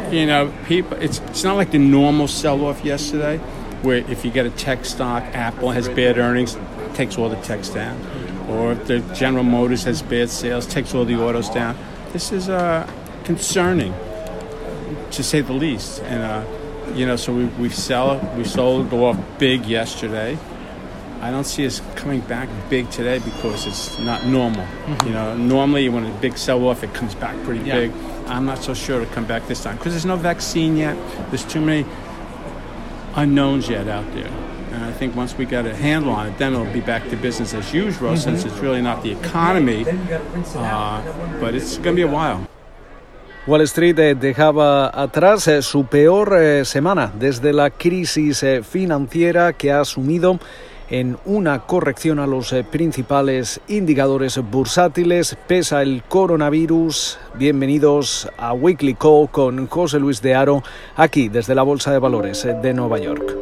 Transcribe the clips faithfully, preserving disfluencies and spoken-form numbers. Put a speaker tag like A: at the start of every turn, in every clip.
A: You know, people. It's it's not like the normal sell-off yesterday, where if you get a tech stock, Apple has bad earnings, takes all the techs down, or if the General Motors has bad sales, takes all the autos down. This is uh, concerning, to say the least. And uh, you know, so we we sell we sold off big yesterday. I don't see us coming back big today because it's not normal. Mm-hmm. You know, normally when a big sell-off, it comes back pretty yeah. big. I'm not so sure it'll come back this time because there's no vaccine yet. There's too many unknowns yet out there. And I think once we get a handle on it, then it'll be back to business as usual, mm-hmm. since it's really not the economy, uh, but it's going to be a while.
B: Wall Street eh, dejaba atrás eh, su peor eh, semana desde la crisis eh, financiera que ha asumido en una corrección a los eh, principales indicadores bursátiles pese al coronavirus. Bienvenidos a Weekly Call con José Luis de Haro, aquí desde la Bolsa de Valores eh, de Nueva York.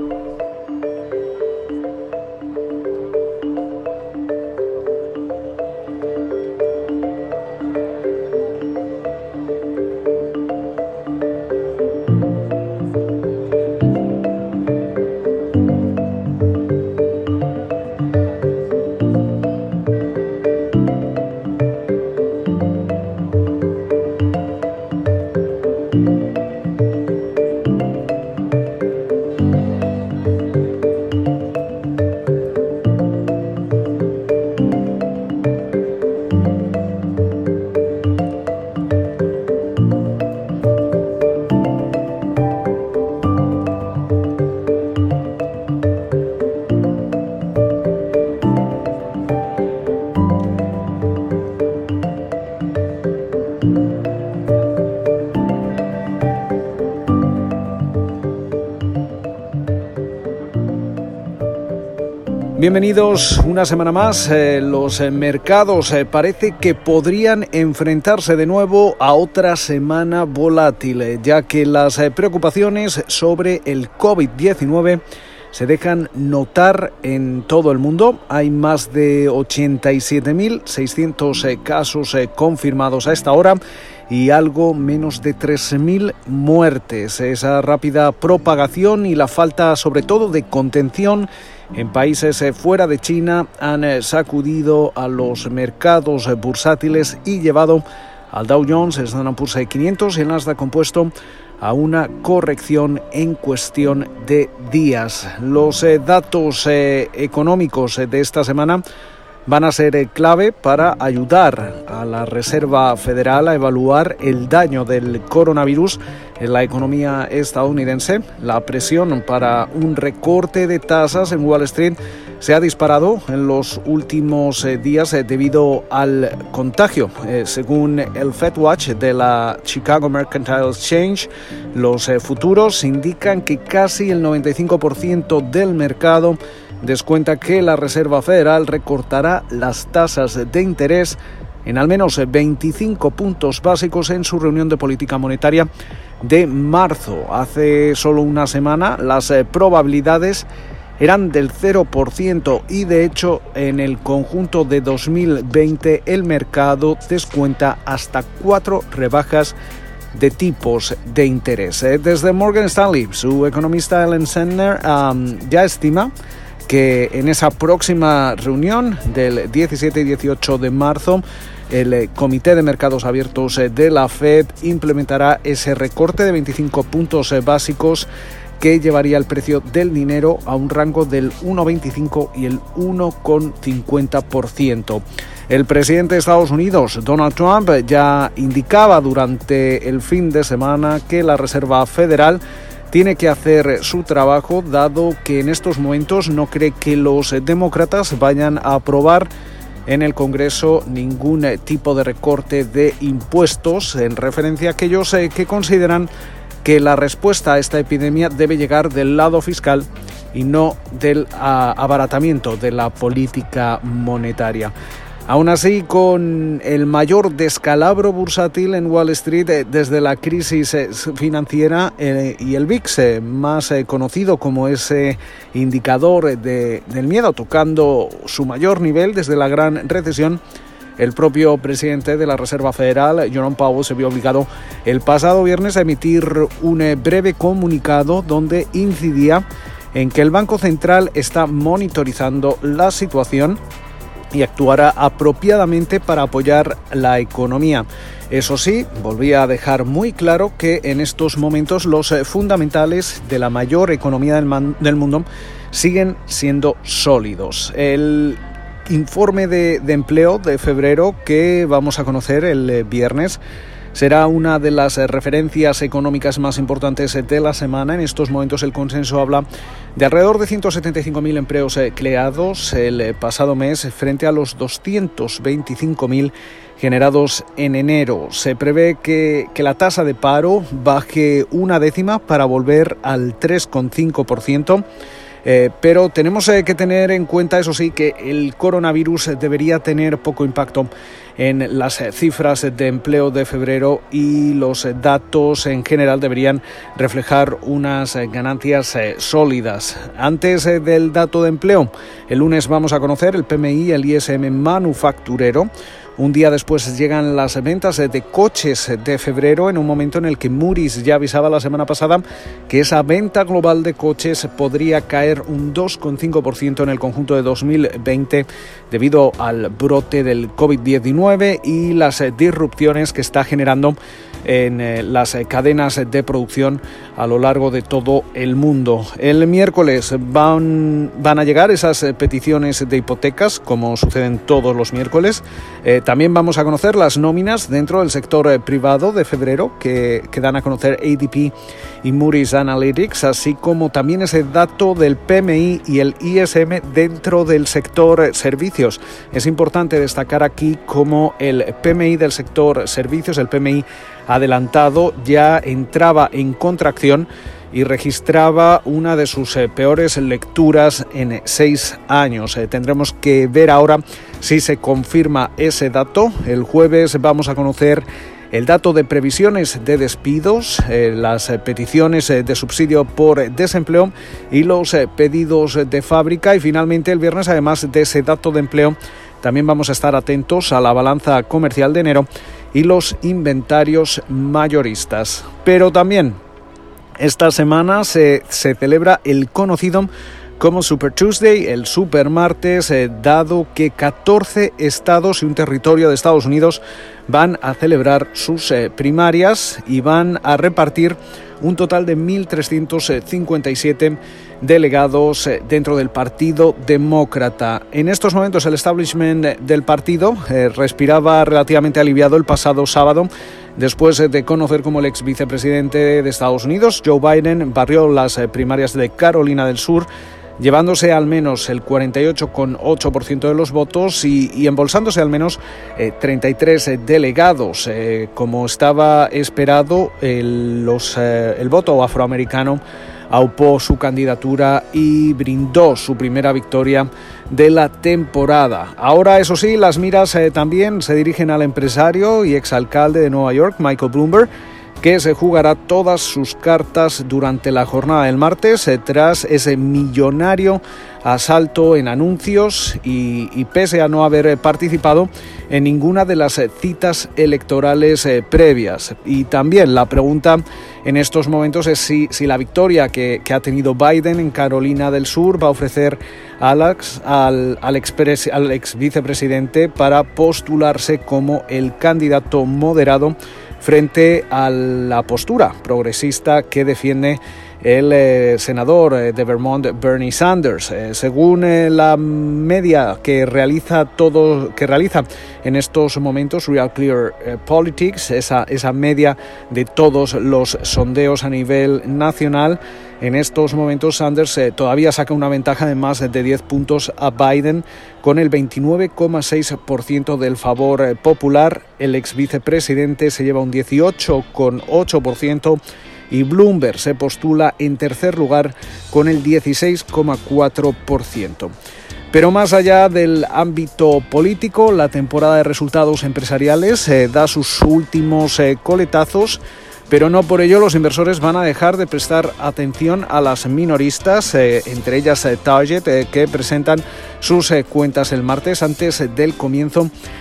B: Bienvenidos una semana más. Eh, los eh, mercados eh, parece que podrían enfrentarse de nuevo a otra semana volátil, eh, ya que las eh, preocupaciones sobre el covid diecinueve se dejan notar en todo el mundo. Hay más de ochenta y siete mil seiscientos eh, casos eh, confirmados a esta hora y algo menos de tres mil muertes. Esa rápida propagación y la falta sobre todo de contención en países fuera de China han sacudido a los mercados bursátiles y llevado al Dow Jones, el Standard and Poor's quinientos y el Nasdaq Compuesto a una corrección en cuestión de días. Los eh, datos eh, económicos de esta semana van a ser eh, clave para ayudar a la Reserva Federal a evaluar el daño del coronavirus en la economía estadounidense. La presión para un recorte de tasas en Wall Street se ha disparado en los últimos eh, días eh, debido al contagio. Eh, según el FedWatch de la Chicago Mercantile Exchange, los eh, futuros indican que casi el noventa y cinco por ciento del mercado descuenta que la Reserva Federal recortará las tasas de interés en al menos veinticinco puntos básicos en su reunión de política monetaria de marzo. Hace solo una semana las eh, probabilidades eran del cero por ciento y de hecho en el conjunto de dos mil veinte el mercado descuenta hasta cuatro rebajas de tipos de interés. Desde Morgan Stanley, su economista Ellen Sentner um, ya estima que en esa próxima reunión del diecisiete y dieciocho de marzo el Comité de Mercados Abiertos de la Fed implementará ese recorte de veinticinco puntos básicos que llevaría el precio del dinero a un rango del uno coma veinticinco y el uno coma cincuenta por ciento. El presidente de Estados Unidos, Donald Trump, ya indicaba durante el fin de semana que la Reserva Federal tiene que hacer su trabajo, dado que en estos momentos no cree que los demócratas vayan a aprobar en el Congreso ningún tipo de recorte de impuestos, en referencia a aquellos que consideran que la respuesta a esta epidemia debe llegar del lado fiscal y no del abaratamiento de la política monetaria. Aún así, con el mayor descalabro bursátil en Wall Street desde la crisis financiera eh, y el V I X, eh, más eh, conocido como ese indicador de, del miedo, tocando su mayor nivel desde la gran recesión, El propio presidente de la Reserva Federal, Jerome Powell, se vio obligado el pasado viernes a emitir un breve comunicado donde incidía en que el Banco Central está monitorizando la situación y actuará apropiadamente para apoyar la economía. Eso sí, volvía a dejar muy claro que en estos momentos los fundamentales de la mayor economía del, man- del mundo siguen siendo sólidos. El informe de, de empleo de febrero que vamos a conocer el viernes será una de las referencias económicas más importantes de la semana. En estos momentos el consenso habla de alrededor de ciento setenta y cinco mil empleos creados el pasado mes frente a los doscientos veinticinco mil generados en enero. Se prevé que, que la tasa de paro baje una décima para volver al tres coma cinco por ciento. Eh, pero tenemos eh, que tener en cuenta, eso sí, que el coronavirus debería tener poco impacto en las eh, cifras de empleo de febrero y los eh, datos en general deberían reflejar unas eh, ganancias eh, sólidas. Antes eh, del dato de empleo, el lunes vamos a conocer el P M I, el I S M manufacturero. Un día después llegan las ventas de coches de febrero, en un momento en el que Moody's ya avisaba la semana pasada que esa venta global de coches podría caer un dos coma cinco por ciento en el conjunto de dos mil veinte debido al brote del covid diecinueve y las disrupciones que está generando en las cadenas de producción a lo largo de todo el mundo. El miércoles van, van a llegar esas peticiones de hipotecas, como suceden todos los miércoles. Eh, también vamos a conocer las nóminas dentro del sector privado de febrero, que, que dan a conocer A D P y Moody's Analytics, así como también ese dato del P M I y el I S M dentro del sector servicios. Es importante destacar aquí cómo el P M I del sector servicios, el P M I adelantado, ya entraba en contracción y registraba una de sus eh, peores lecturas en seis años. Eh, tendremos que ver ahora si se confirma ese dato. El jueves vamos a conocer el dato de previsiones de despidos, eh, las eh, peticiones eh, de subsidio por desempleo y los eh, pedidos de fábrica. Y finalmente el viernes, además de ese dato de empleo, también vamos a estar atentos a la balanza comercial de enero y los inventarios mayoristas. Pero también esta semana se, se celebra el conocido como Super Tuesday, el Super Martes, eh, dado que catorce estados y un territorio de Estados Unidos van a celebrar sus eh, primarias y van a repartir un total de mil trescientos cincuenta y siete delegados eh, dentro del Partido Demócrata. En estos momentos el establishment del partido eh, respiraba relativamente aliviado el pasado sábado, después de conocer cómo el ex vicepresidente de Estados Unidos, Joe Biden, barrió las eh, primarias de Carolina del Sur, llevándose al menos el cuarenta y ocho coma ocho por ciento de los votos y, y embolsándose al menos eh, treinta y tres eh, delegados. Eh, como estaba esperado, el, los, eh, el voto afroamericano aupó su candidatura y brindó su primera victoria de la temporada. Ahora, eso sí, las miras eh, también se dirigen al empresario y exalcalde de Nueva York, Michael Bloomberg, que se jugará todas sus cartas durante la jornada del martes eh, tras ese millonario asalto en anuncios y, y pese a no haber participado en ninguna de las citas electorales eh, previas. Y también la pregunta en estos momentos es si, si la victoria que, que ha tenido Biden en Carolina del Sur va a ofrecer Alex, al, al, ex, al ex vicepresidente para postularse como el candidato moderado frente a la postura progresista que defiende el eh, senador eh, de Vermont, Bernie Sanders. Eh, según eh, la media que realiza todo, que realiza en estos momentos Real Clear eh, Politics, esa, esa media de todos los sondeos a nivel nacional, en estos momentos Sanders eh, todavía saca una ventaja de más de diez puntos a Biden, con el veintinueve coma seis por ciento del favor eh, popular. El ex vicepresidente se lleva un dieciocho coma ocho por ciento y Bloomberg se postula en tercer lugar con el dieciséis coma cuatro por ciento. Pero más allá del ámbito político, la temporada de resultados empresariales eh, da sus últimos eh, coletazos, pero no por ello los inversores van a dejar de prestar atención a las minoristas, eh, entre ellas eh, Target, eh, que presentan sus eh, cuentas el martes antes del comienzo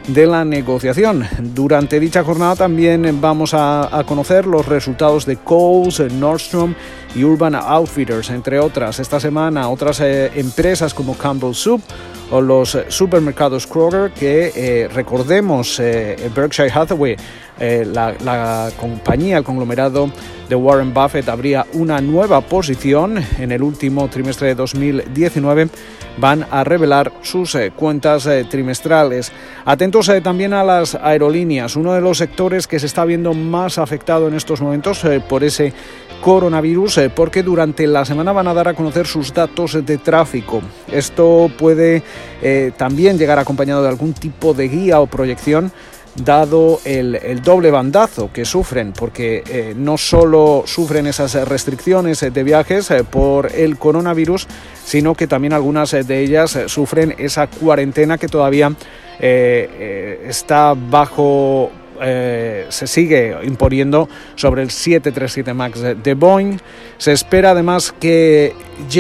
B: de la negociación. Durante dicha jornada también vamos a, a conocer los resultados de Kohl's, Nordstrom y Urban Outfitters, entre otras. Esta semana otras eh, empresas como Campbell Soup o los supermercados Kroger, que eh, recordemos eh, Berkshire Hathaway, eh, la, la compañía, el conglomerado de Warren Buffett, abría una nueva posición en el último trimestre de dos mil diecinueve. Van a revelar sus eh, cuentas eh, trimestrales. Atentos eh, también a las aerolíneas, uno de los sectores que se está viendo más afectado en estos momentos eh, por ese coronavirus, eh, porque durante la semana van a dar a conocer sus datos de tráfico. Esto puede eh, también llegar acompañado de algún tipo de guía o proyección, dado el, el doble bandazo que sufren, porque eh, no solo sufren esas restricciones de viajes eh, por el coronavirus, sino que también algunas de ellas eh, sufren esa cuarentena que todavía eh, eh, está bajo... Eh, se sigue imponiendo sobre el siete treinta y siete MAX de Boeing. Se espera además que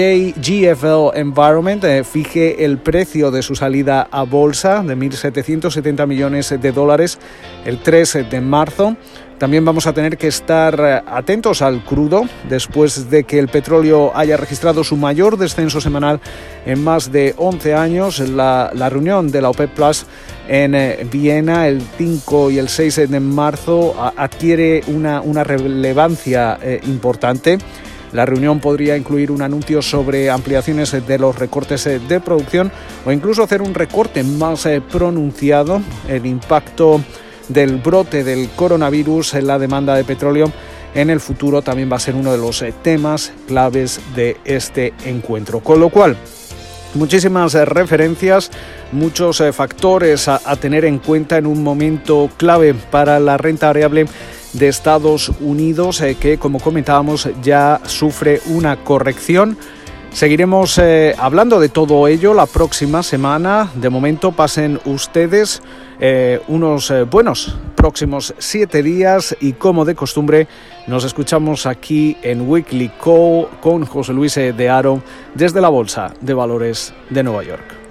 B: G F L Environment eh, fije el precio de su salida a bolsa de mil setecientos setenta millones de dólares el tres de marzo. También vamos a tener que estar atentos al crudo después de que el petróleo haya registrado su mayor descenso semanal en más de once años. La, la reunión de la OPEP Plus en eh, Viena el cinco y el seis de marzo a, adquiere una, una relevancia eh, importante. La reunión podría incluir un anuncio sobre ampliaciones de los recortes de producción o incluso hacer un recorte más eh, pronunciado. El impacto del brote del coronavirus en la demanda de petróleo en el futuro también va a ser uno de los eh, temas claves de este encuentro. Con lo cual, muchísimas eh, referencias, muchos eh, factores a, a tener en cuenta en un momento clave para la renta variable de Estados Unidos, eh, que, como comentábamos, ya sufre una corrección. Seguiremos eh, hablando de todo ello la próxima semana. De momento, pasen ustedes eh, unos eh, buenos próximos siete días y, como de costumbre, nos escuchamos aquí en Weekly Call con José Luis de Haro desde la Bolsa de Valores de Nueva York.